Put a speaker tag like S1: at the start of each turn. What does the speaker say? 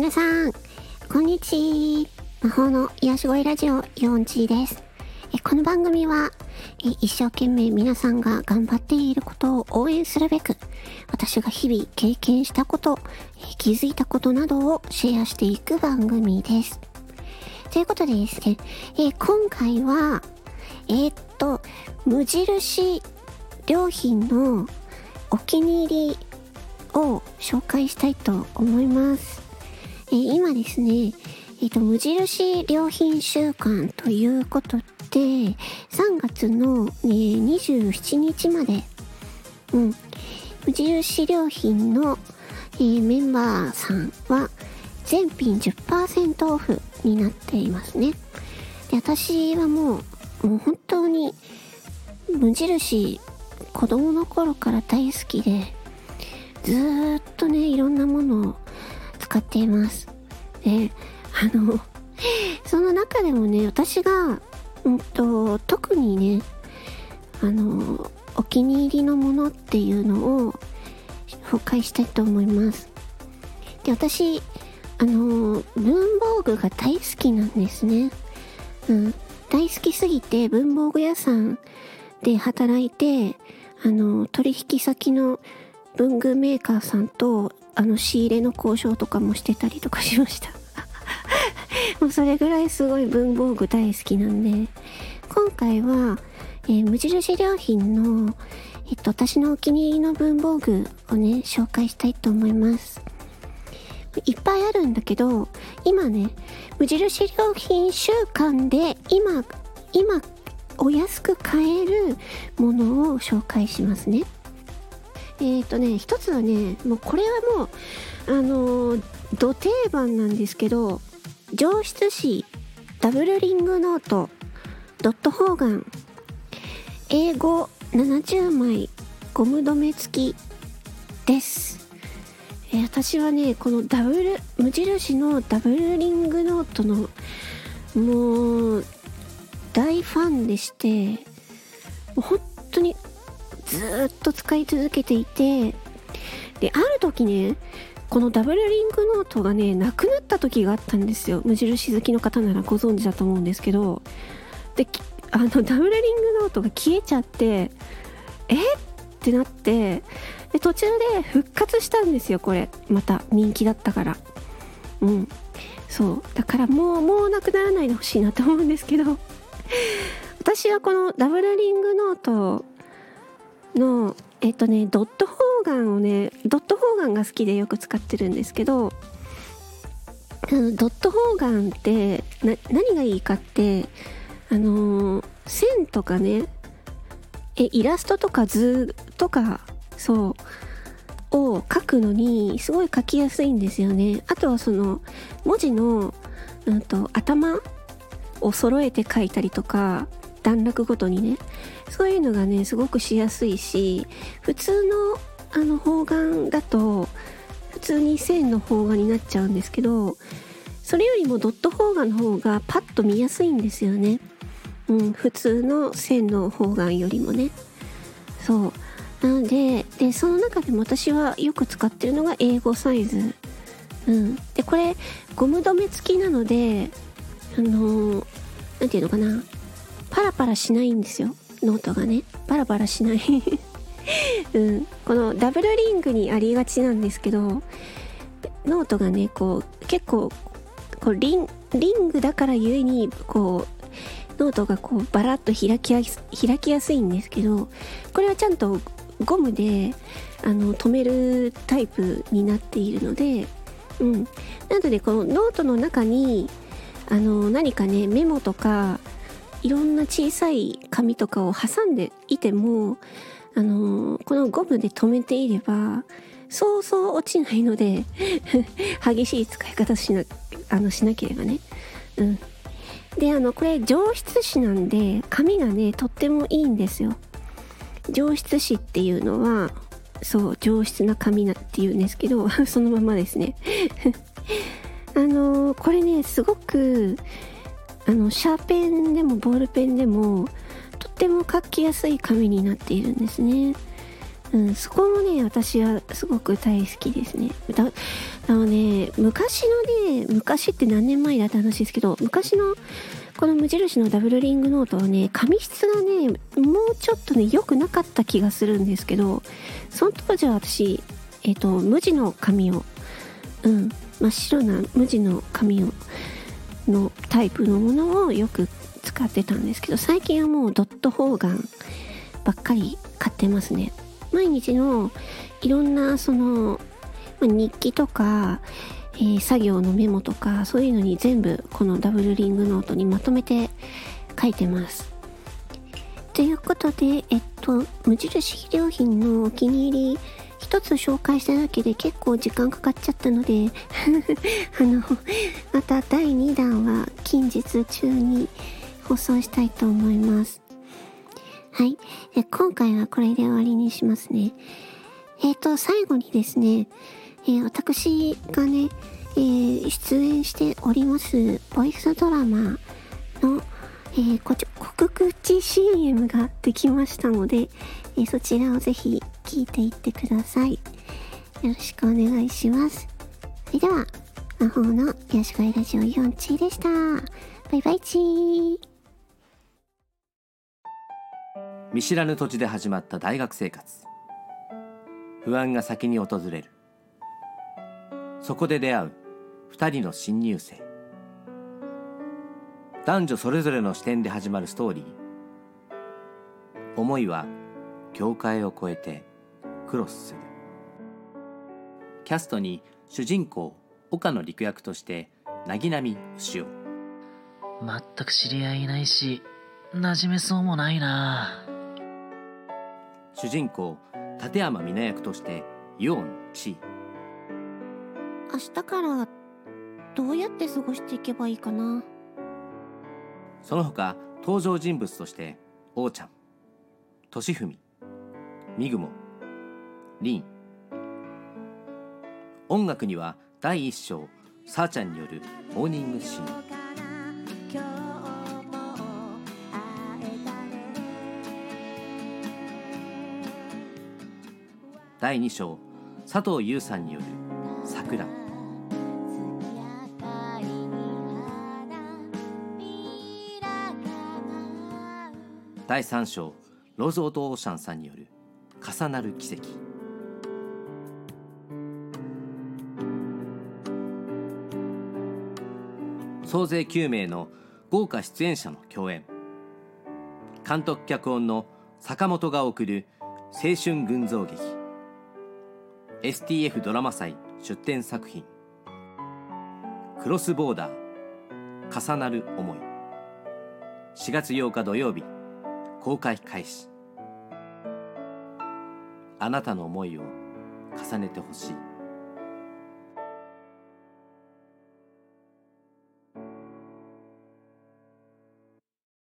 S1: 皆さん、こんにちは。魔法の癒し声ラジオヨンチーです。この番組は一生懸命皆さんが頑張っていることを応援するべく、私が日々経験したこと、気づいたことなどをシェアしていく番組です。ということでですね、今回は無印良品のお気に入りを紹介したいと思います。今ですね、無印良品週間ということで、3月の、27日まで、無印良品の、メンバーさんは全品 10% オフになっていますね。で、私はもう本当に無印子供の頃から大好きで、ずーっとね、いろんなものを使っています。で、その中でもね、私が特にね、お気に入りのものっていうのを紹介したいと思います。で、私文房具が大好きなんですね。大好きすぎて文房具屋さんで働いて、取引先の文具メーカーさんと仕入れの交渉とかもしてたりとかしましたもうそれぐらいすごい文房具大好きなんで、今回は、無印良品の、私のお気に入りの文房具をね、紹介したいと思います。いっぱいあるんだけど、今ね、無印良品週間で今お安く買えるものを紹介しますね。一つはね、もうこれはもうド定番なんですけど、上質紙ダブルリングノートドット方眼英語70枚ゴム留め付きです。私はね、この無印のダブルリングノートのもう大ファンでして、もう本当にずーっと使い続けていて、で、ある時ね、このダブルリングノートがね、なくなった時があったんですよ。無印好きの方ならご存知だと思うんですけど、で、ダブルリングノートが消えちゃって、ってなって、で、途中で復活したんですよ、これ。また人気だったから。そう。だからもうなくならないでほしいなと思うんですけど、私はこのダブルリングノートのドット方眼が好きでよく使ってるんですけど、ドット方眼って何がいいかって、線とかね、イラストとか図とかを描くのにすごい描きやすいんですよね。あとはその文字の頭を揃えて描いたりとか、段落ごとにね、そういうのがねすごくしやすいし、普通の方眼だと普通に線の方眼になっちゃうんですけど、それよりもドット方眼の方がパッと見やすいんですよね。普通の線の方眼よりもね。そうなので、その中でも私はよく使ってるのが英語サイズ。で、これゴム留め付きなので、なんていうのかな、パラパラしないんですよ。ノートがね、パラパラしないこのダブルリングにありがちなんですけど、ノートがね、結構リングだからゆえにノートがバラッと開きやすいんですけど、これはちゃんとゴムで留めるタイプになっているので、なのでこのノートの中に何かね、メモとかいろんな小さい紙とかを挟んでいても、このゴムで留めていればそうそう落ちないので激しい使い方しなければね。で、これ上質紙なんで紙がねとってもいいんですよ。上質紙っていうのは上質な紙っていうんですけどそのままですねこれねすごくシャーペンでもボールペンでもとっても書きやすい紙になっているんですね。 そこもね、私はすごく大好きですね。昔って何年前だって話ですけど、昔のこの無印のダブルリングノートはね、紙質がね、もうちょっとね、良くなかった気がするんですけど、その当時は私、無地の紙を、真っ白な無地の紙のタイプのものをよく使ってたんですけど、最近はもうドット方眼ばっかり買ってますね。毎日のいろんな日記とか、作業のメモとかそういうのに全部このダブルリングノートにまとめて書いてます。ということで、無印良品のお気に入り一つ紹介しただけで結構時間かかっちゃったのでまた第2弾は近日中に放送したいと思います。はい。今回はこれで終わりにしますね。最後にですね、私がね、出演しておりますボイスドラマの、告知 CM ができましたので、そちらをぜひ聞いていってください。よろしくお願いします。それでは、魔法のよしこいラジオ4チーでした。バイバイチー。
S2: 見知らぬ土地で始まった大学生活。不安が先に訪れる。そこで出会う2人の新入生。男女それぞれの視点で始まるストーリー。思いは境界を越えてクロスする。キャストに主人公岡野陸役として凪波牛尾。
S3: 全く知り合いいないし馴染めそうもないな。
S2: 主人公立山美奈役としてユオンチー。
S1: 明日からどうやって過ごしていけばいいかな。
S2: その他登場人物として王ちゃん、俊文、みぐも、りん。音楽には第一章さあちゃんによるモーニングシーン。第2章佐藤優さんによる桜。第3章ローズ・オート・オーシャンさんによる重なる奇跡。総勢9名の豪華出演者の共演。監督脚本の坂本が送る青春群像劇。STF ドラマ祭出展作品クロスボーダー重なる思い。4月8日土曜日公開開始。あなたの思いを重ねてほしい。